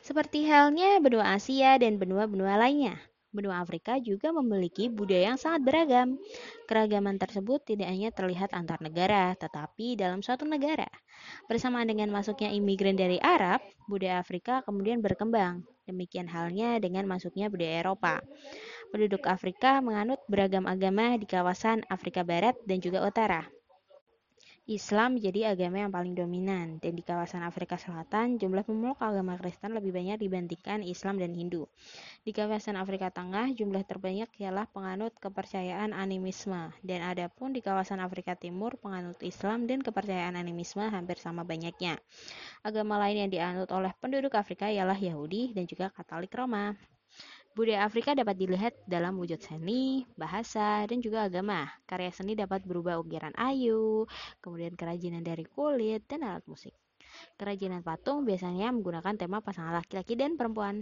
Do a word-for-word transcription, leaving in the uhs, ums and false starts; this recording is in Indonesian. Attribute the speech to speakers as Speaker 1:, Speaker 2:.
Speaker 1: Seperti halnya benua Asia dan benua-benua lainnya, benua Afrika juga memiliki budaya yang sangat beragam. Keragaman tersebut tidak hanya terlihat antar negara, tetapi dalam suatu negara. Bersamaan dengan masuknya imigran dari Arab, budaya Afrika kemudian berkembang. Demikian halnya dengan masuknya budaya Eropa. Penduduk Afrika menganut beragam agama di kawasan Afrika Barat dan juga Utara. Islam menjadi agama yang paling dominan, dan di kawasan Afrika Selatan, jumlah pemeluk agama Kristen lebih banyak dibandingkan Islam dan Hindu. Di kawasan Afrika Tengah, jumlah terbanyak ialah penganut kepercayaan animisme, dan adapun di kawasan Afrika Timur, penganut Islam dan kepercayaan animisme hampir sama banyaknya. Agama lain yang dianut oleh penduduk Afrika ialah Yahudi dan juga Katolik Roma. Budaya Afrika dapat dilihat dalam wujud seni, bahasa, dan juga agama. Karya seni dapat berupa ukiran ayu, kemudian kerajinan dari kulit, dan alat musik. Kerajinan patung biasanya menggunakan tema pasangan laki-laki dan perempuan.